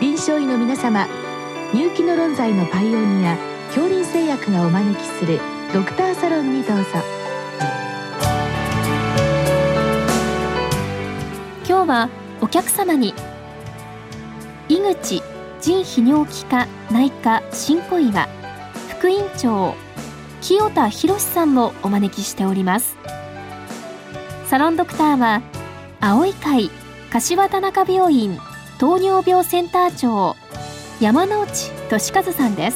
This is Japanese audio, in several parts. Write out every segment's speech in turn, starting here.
臨床医の皆様、入気の論剤のパイオニア杏林製薬がお招きするドクターサロンにどうぞ。 今日はお客様に井口腎泌尿器科内科新小岩副院長清田博さんをお招きしております。サロンドクターは青い会柏田中病院糖尿病センター長山内俊和さんです。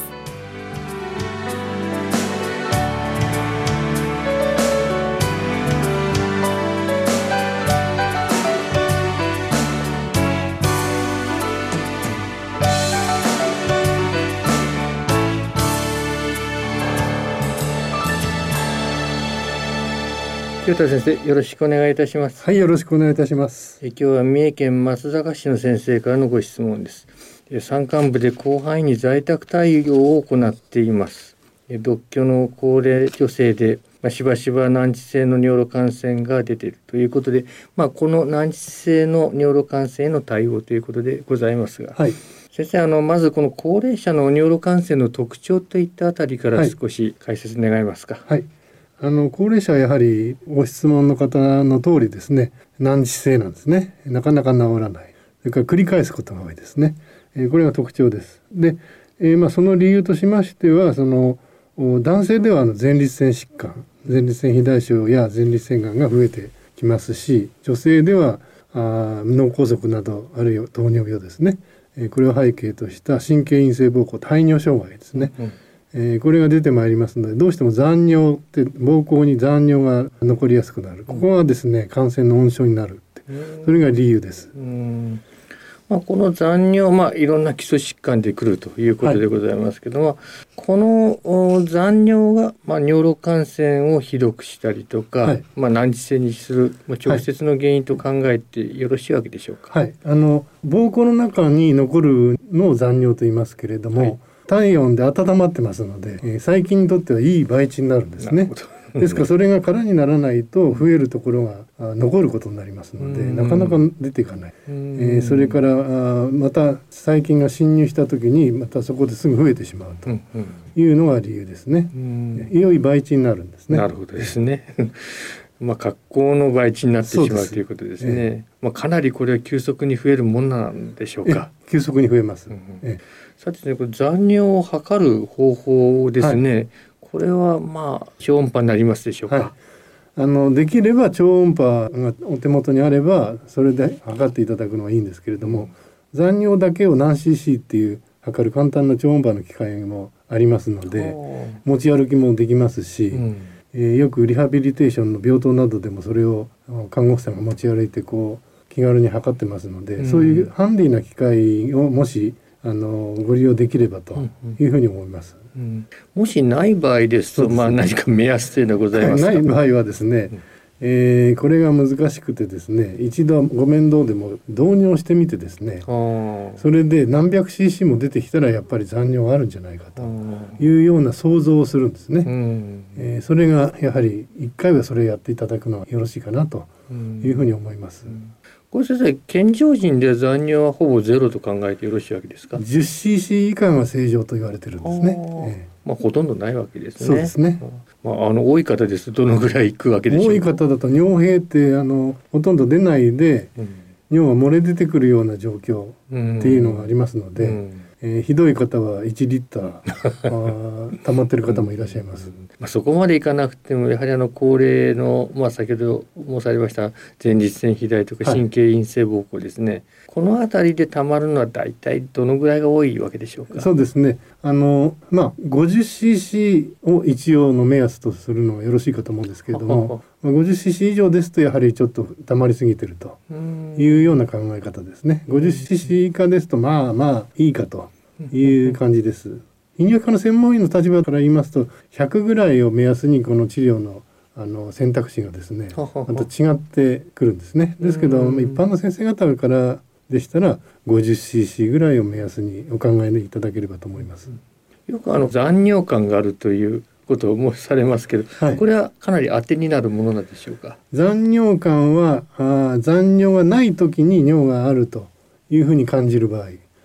清田先生、よろしくお願いいたします。 はい、よろしくお願いいたします。 今日は三重県松阪市の先生からのご質問です。山間部で広範囲に在宅対応を行っています。独居の高齢女性で、しばしば難治性の尿路感染が出ているということで、この難治性の尿路感染への対応ということでございますが、はい、先生、まずこの高齢者の尿路感染の特徴といったあたりから少し解説願えますか。 はい、高齢者はやはりご質問の方の通りですね、難治性なんですね。なかなか治らない。それから繰り返すことが多いですね。これが特徴です。で、その理由としましては、男性では前立腺疾患、前立腺肥大症や前立腺がんが増えてきますし、女性では脳梗塞など、あるいは糖尿病ですね。これを背景とした神経陰性膀胱排尿障害ですね。これが出てまいりますので、どうしても残尿って膀胱に残尿が残りやすくなる。ここがですね、感染の温床になるって、それが理由です。 この残尿、いろんな基礎疾患で来るということでございますけども、この残尿が、尿路感染をひどくしたりとか、難治性にする、直接の原因と考えてよろしいわけでしょうか。 膀胱の中に残るのを残尿と言いますけれども、体温で温まってますので、細菌にとってはいい培地になるんですね。ですからそれが空にならないと増えるところが残ることになりますので、なかなか出ていかない。それからまた細菌が侵入した時にまたそこですぐ増えてしまうというのが理由ですね。良い培地になるんですね。 なるほどですね。格好の培地になってしまうということですね。かなりこれは急速に増えるものなんでしょうか。 急速に増えます。 さてこれ残尿を測る方法ですね。これは超音波になりますでしょうか。 できれば超音波がお手元にあればそれで測っていただくのはいいんですけれども、残尿だけを何 cc っていう測る簡単な超音波の機械もありますので、持ち歩きもできますし、よくリハビリテーションの病棟などでもそれを看護婦さんが持ち歩いて気軽に測ってますので、そういうハンディな機械をもしご利用できればというふうに思います。 もしない場合ですと、何か目安というのはございますか。 ない場合はですね、これが難しくてですね、一度ご面倒でも導入してみてですね、それで何百 cc も出てきたらやっぱり残尿があるんじゃないかというような想像をするんですね。それがやはり1回はそれをやっていただくのはよろしいかなというふうに思います。 これ先生、健常人で残尿はほぼゼロと考えてよろしいわけですか。 10cc 以下が正常と言われてるんですね。 ほとんどないわけですね。 そうですね。 多い方ですとどのぐらいいくわけでしょうか。 多い方だと尿閉ってほとんど出ないで、尿が漏れ出てくるような状況っていうのがありますので、ひどい方は1リッター溜まってる方もいらっしゃいます。 そこまでいかなくてもやはり高齢の、先ほど申されました前立腺肥大とか神経陰性膀胱ですね、このあたりで溜まるのはだいたいどのぐらいが多いわけでしょうか。 そうですね、50cc を一応の目安とするのはよろしいかと思うんですけれども、50cc 以上ですとやはりちょっと溜まりすぎてるというような考え方ですね。50cc 以下ですといいかという感じです。泌尿器科の専門医の立場から言いますと、100ぐらいを目安にこの治療の選択肢がですね、また違ってくるんですね。ですけど一般の先生方からでしたら 50cc ぐらいを目安にお考えいただければと思います。 よく残尿感があるということを申されますけど、これはかなり当てになるものなんでしょうか。 残尿感は残尿がない時に尿があるというふうに感じる場合、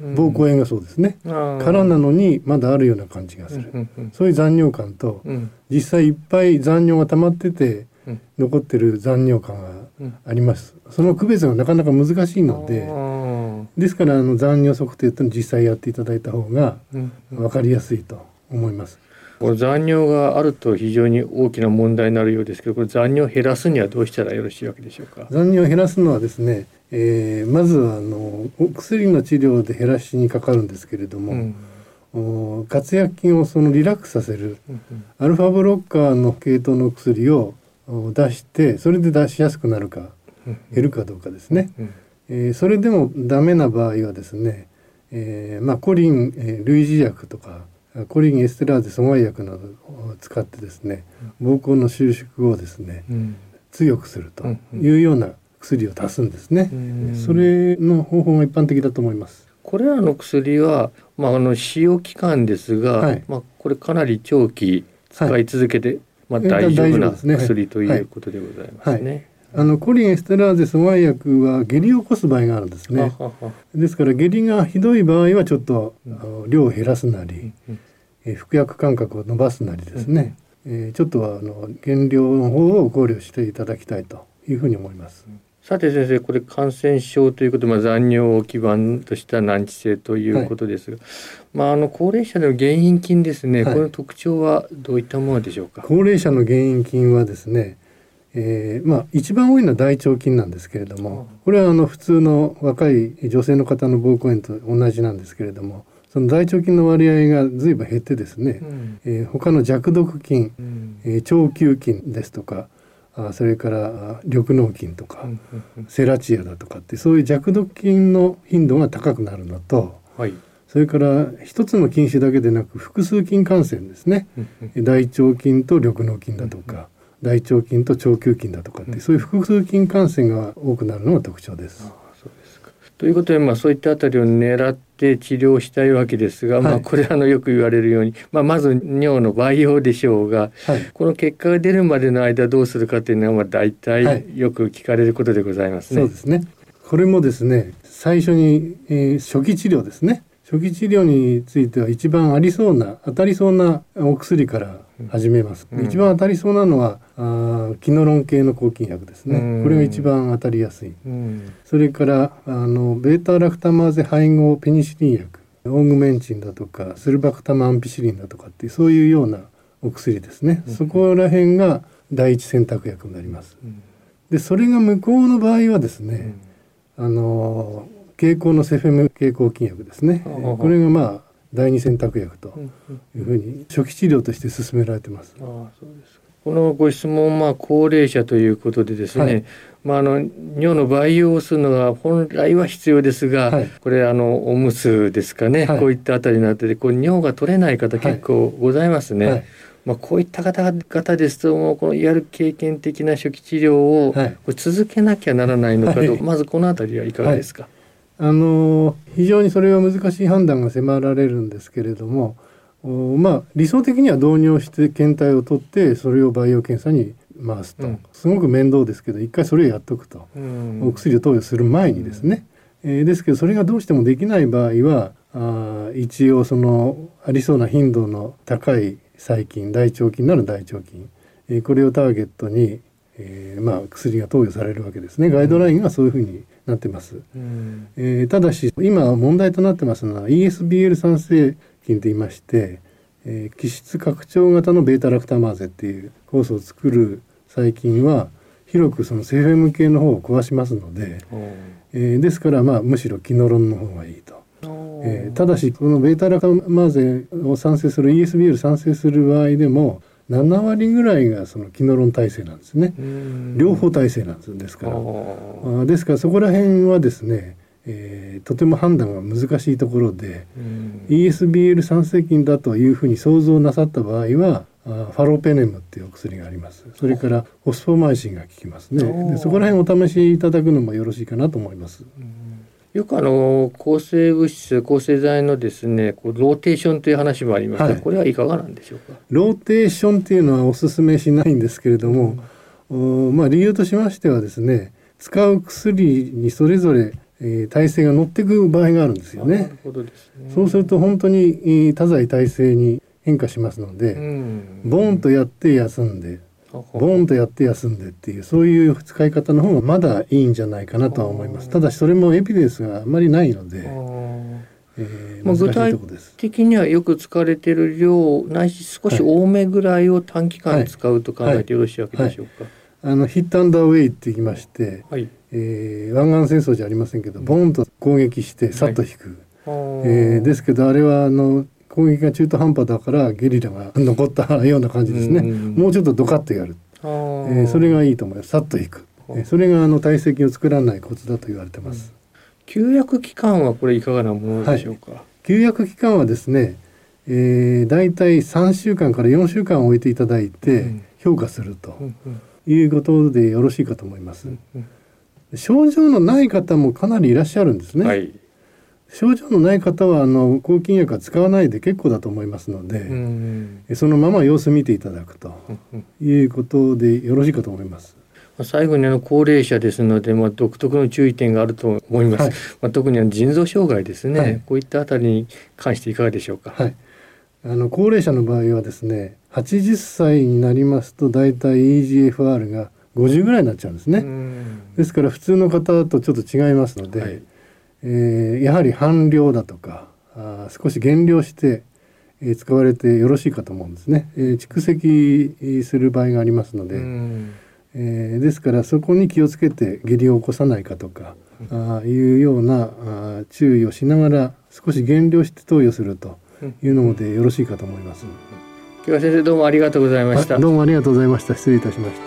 膀胱炎がそうですね、空なのにまだあるような感じがする、そういう残尿感と、実際いっぱい残尿が溜まってて、残ってる残尿感があります。その区別がなかなか難しいので、ですから残尿測定というのを実際やっていただいた方が分かりやすいと思います。 残尿があると非常に大きな問題になるようですけど、これ残尿を減らすにはどうしたらよろしいわけでしょうか。 残尿を減らすのはですね、まずはお薬の治療で減らしにかかるんですけれども、括約筋をそのリラックスさせる、アルファブロッカーの系統の薬を出して、それで出しやすくなるか、減るかどうかですね。それでもダメな場合はですね、コリン、類似薬とかコリンエステラーゼ阻害薬などを使ってですね、膀胱の収縮をですね、強くするというような薬を足すんですね。それの方法が一般的だと思います。 これらの薬は、使用期間ですが、これかなり長期使い続けて、大丈夫な薬ということでございますね。 コリンエステラーゼ阻害薬は下痢を起こす場合があるんですね。ですから下痢がひどい場合はちょっと量を減らすなり、服薬間隔を伸ばすなりですね、ちょっと減量の方を考慮していただきたいというふうに思います。 さて先生、これ感染症ということで、残尿を基盤とした難治性ということですが、高齢者の原因菌ですね、この特徴はどういったものでしょうか。 高齢者の原因菌はですね、一番多いのは大腸菌なんですけれども、これは普通の若い女性の方の膀胱炎と同じなんですけれども、その大腸菌の割合が随分減ってですね、他の弱毒菌、腸球菌ですとか、それから緑膿菌とか、セラチアだとかって、そういう弱毒菌の頻度が高くなるのと、それから一つの菌種だけでなく複数菌感染ですね、大腸菌と緑膿菌だとか、大腸菌と腸球菌だとかって、そういう複数菌感染が多くなるのが特徴です。 そうですか。ということで、そういったあたりを狙って治療したいわけですが、これよく言われるように、まず尿の培養でしょうが、この結果が出るまでの間どうするかというのは大体よく聞かれることでございますね。 そうですね。これもですね、最初に、初期治療ですね。初期治療については一番当たりそうなお薬から始めます。一番当たりそうなのはキノロン系の抗菌薬ですね。これが一番当たりやすい。それからベータラクタマーゼ配合ペニシリン薬、オーグメンチンだとかスルバクタマンピシリンだとかっていうそういうようなお薬ですね。そこら辺が第一選択薬になります。でそれが無効の場合はですね、経口のセフェム経口菌薬ですね。これが第二選択薬というふうに初期治療として進められています。 そうです。このご質問、高齢者ということでですね、尿の培養をするのが本来は必要ですが、これおむつですかね、こういったあたりになって尿が取れない方結構ございますね。こういった方々ですと、このいわゆる経験的な初期治療を続けなきゃならないのかと、まずこのあたりはいかがですか。 非常にそれは難しい判断が迫られるんですけれども、理想的には導尿して検体を取ってそれを培養検査に回すと、すごく面倒ですけど一回それをやっとくと、お薬を投与する前にですね、ですけどそれがどうしてもできない場合は一応ありそうな頻度の高い細菌、大腸菌なら大腸菌、これをターゲットに、薬が投与されるわけですね。ガイドラインがそういうふうになってます。ただし今問題となってますのは ESBL 産生菌といいまして、基質拡張型のベータラクタマーゼっていう酵素を作る細菌は広くそのセフェム系の方を壊しますので、ですからむしろキノロンの方がいいと。ただしこのベータラクタマーゼを産生する ESBL 産生する場合でも7割ぐらいがそのキノロン耐性なんですね。両方耐性なんです。ですからそこら辺はですね、とても判断が難しいところで、ESBL 産生菌だというふうに想像なさった場合はファロペネムっていうお薬があります。それからホスフォマイシンが効きますね。でそこら辺お試しいただくのもよろしいかなと思います。 よく抗生物質、抗生剤のですね、ローテーションという話もありますが、これはいかがなんでしょうか。 ローテーションっていうのはお勧めしないんですけれども、理由としましてはですね、使う薬にそれぞれ体勢が乗っていく場合があるんですよね。 なるほどですね。 そうすると本当に多剤耐性に変化しますので、ボーンとやって休んで、ボーンとやって休んでっていう、そういう使い方の方がまだいいんじゃないかなとは思います。ただしそれもエビデンスがあまりないので、難しいところです。 具体的にはよく使われている量ないし少し多めぐらいを短期間使うと考えてよろしいわけでしょうか。 ヒットアンダーウェイって言いまして、湾岸戦争じゃありませんけど、ボーンと攻撃してさっと引く、ですけどあれは攻撃が中途半端だからゲリラが残ったような感じですね。もうちょっとドカッとやる、それがいいと思います。さっと引く、それが耐性を作らないコツだと言われてます。 休薬期間はこれいかがなものでしょうか。 休薬期間はですね、だいたい3週間から4週間置いていただいて評価するということでよろしいかと思います。症状のない方もかなりいらっしゃるんですね。症状のない方は抗菌薬は使わないで結構だと思いますので、そのまま様子見ていただくということでよろしいかと思います。 最後に高齢者ですので、独特の注意点があると思います。特に腎臓障害ですね、こういったあたりに関していかがでしょうか。 高齢者の場合はですね、80歳になりますとだいたい EGFR が50ぐらいになっちゃうんですね。ですから普通の方とちょっと違いますので、やはり半量だとか少し減量して、使われてよろしいかと思うんですね。蓄積する場合がありますので、ですからそこに気をつけて下痢を起こさないかとかいうような注意をしながら少し減量して投与するというのでよろしいかと思います。 今日は先生どうもありがとうございました。 どうもありがとうございました。失礼いたしました。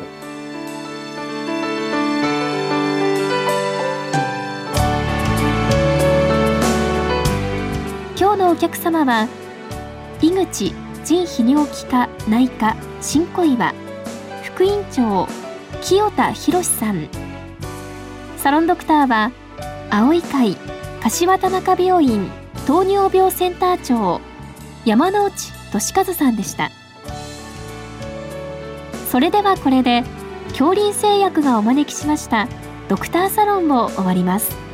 今日のお客様は井口腎泌尿器科内科新小岩副院長清田博さん。サロンドクターは青い会柏田中病院糖尿病センター長山内俊和さんでした。それではこれで恐林製薬がお招きしましたドクターサロンを終わります。